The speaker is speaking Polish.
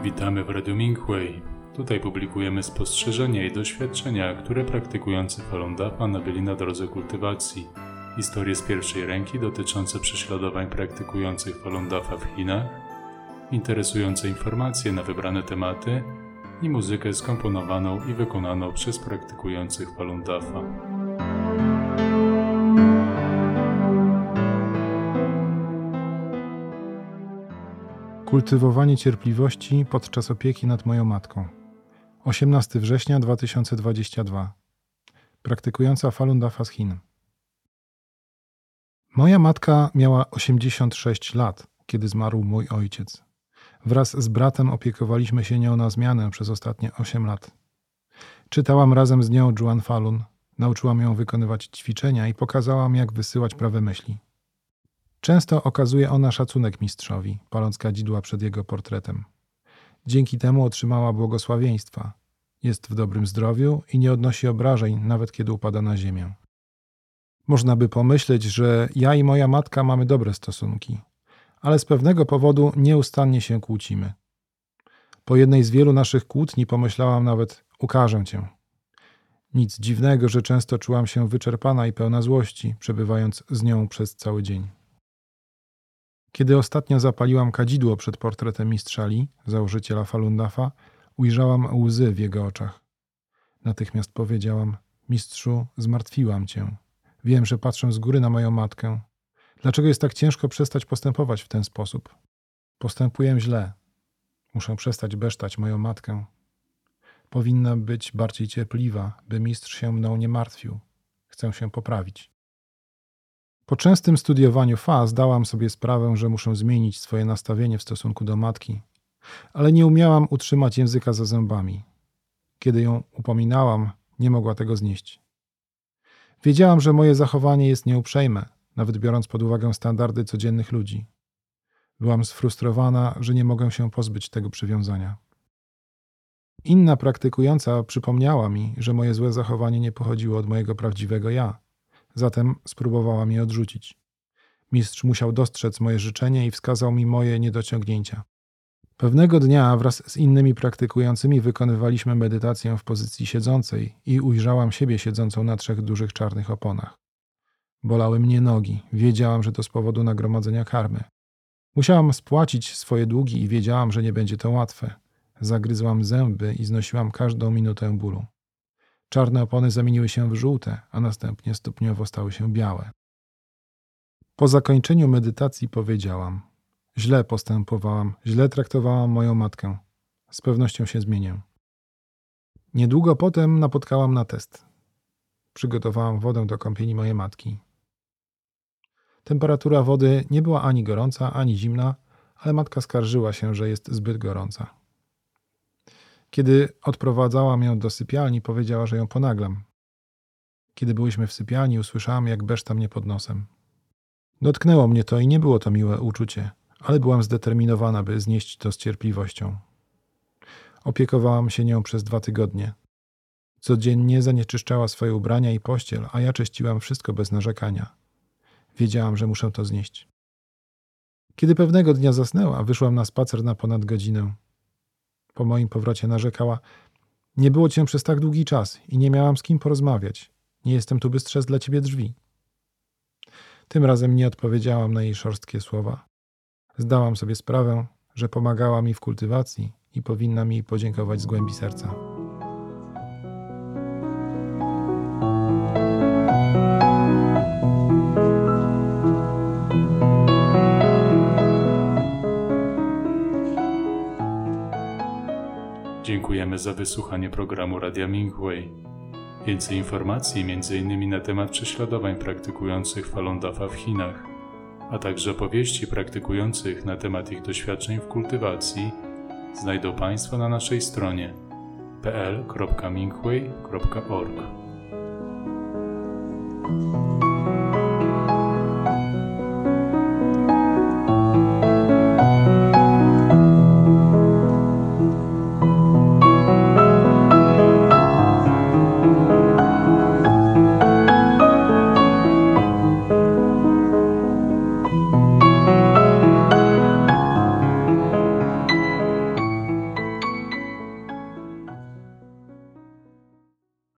Witamy w Radiu Minghui. Tutaj publikujemy spostrzeżenia i doświadczenia, które praktykujący Falun Dafa nabyli na drodze kultywacji. Historie z pierwszej ręki dotyczące prześladowań praktykujących Falun Dafa w Chinach, interesujące informacje na wybrane tematy i muzykę skomponowaną i wykonaną przez praktykujących Falun Dafa. Kultywowanie cierpliwości podczas opieki nad moją matką. 18 września 2022. Praktykująca Falun Dafa z Chin. Moja matka miała 86 lat, kiedy zmarł mój ojciec. Wraz z bratem opiekowaliśmy się nią na zmianę przez ostatnie 8 lat. Czytałam razem z nią Zhuan Falun, nauczyłam ją wykonywać ćwiczenia i pokazałam, jak wysyłać prawe myśli. Często okazuje ona szacunek mistrzowi, paląc kadzidła przed jego portretem. Dzięki temu otrzymała błogosławieństwa. Jest w dobrym zdrowiu i nie odnosi obrażeń, nawet kiedy upada na ziemię. Można by pomyśleć, że ja i moja matka mamy dobre stosunki, ale z pewnego powodu nieustannie się kłócimy. Po jednej z wielu naszych kłótni pomyślałam nawet: ukażę cię. Nic dziwnego, że często czułam się wyczerpana i pełna złości, przebywając z nią przez cały dzień. Kiedy ostatnio zapaliłam kadzidło przed portretem mistrza Li, założyciela Falun Dafa, ujrzałam łzy w jego oczach. Natychmiast powiedziałam: mistrzu, zmartwiłam cię. Wiem, że patrzę z góry na moją matkę. Dlaczego jest tak ciężko przestać postępować w ten sposób? Postępuję źle. Muszę przestać besztać moją matkę. Powinna być bardziej cierpliwa, by mistrz się mną nie martwił. Chcę się poprawić. Po częstym studiowaniu Fa zdałam sobie sprawę, że muszę zmienić swoje nastawienie w stosunku do matki, ale nie umiałam utrzymać języka za zębami. Kiedy ją upominałam, nie mogła tego znieść. Wiedziałam, że moje zachowanie jest nieuprzejme, nawet biorąc pod uwagę standardy codziennych ludzi. Byłam sfrustrowana, że nie mogę się pozbyć tego przywiązania. Inna praktykująca przypomniała mi, że moje złe zachowanie nie pochodziło od mojego prawdziwego ja. Zatem spróbowałam je odrzucić. Mistrz musiał dostrzec moje życzenie i wskazał mi moje niedociągnięcia. Pewnego dnia wraz z innymi praktykującymi wykonywaliśmy medytację w pozycji siedzącej i ujrzałam siebie siedzącą na 3 dużych czarnych oponach. Bolały mnie nogi. Wiedziałam, że to z powodu nagromadzenia karmy. Musiałam spłacić swoje długi i wiedziałam, że nie będzie to łatwe. Zagryzłam zęby i znosiłam każdą minutę bólu. Czarne opony zamieniły się w żółte, a następnie stopniowo stały się białe. Po zakończeniu medytacji powiedziałam: źle postępowałam, źle traktowałam moją matkę. Z pewnością się zmienię. Niedługo potem napotkałam na test. Przygotowałam wodę do kąpieli mojej matki. Temperatura wody nie była ani gorąca, ani zimna, ale matka skarżyła się, że jest zbyt gorąca. Kiedy odprowadzałam ją do sypialni, powiedziała, że ją ponaglam. Kiedy byłyśmy w sypialni, usłyszałam, jak beszta mnie pod nosem. Dotknęło mnie to i nie było to miłe uczucie, ale byłam zdeterminowana, by znieść to z cierpliwością. Opiekowałam się nią przez 2 tygodnie. Codziennie zanieczyszczała swoje ubrania i pościel, a ja czyściłam wszystko bez narzekania. Wiedziałam, że muszę to znieść. Kiedy pewnego dnia zasnęła, wyszłam na spacer na ponad godzinę. Po moim powrocie narzekała: nie było cię przez tak długi czas i nie miałam z kim porozmawiać. Nie jestem tu, by strzec dla ciebie drzwi. Tym razem nie odpowiedziałam na jej szorstkie słowa. Zdałam sobie sprawę, że pomagała mi w kultywacji i powinna mi podziękować z głębi serca. Dziękujemy za wysłuchanie programu Radia Minghui. Więcej informacji, m.in. na temat prześladowań praktykujących Falun Dafa w Chinach, a także opowieści praktykujących na temat ich doświadczeń w kultywacji, znajdą Państwo na naszej stronie pl.minghui.org.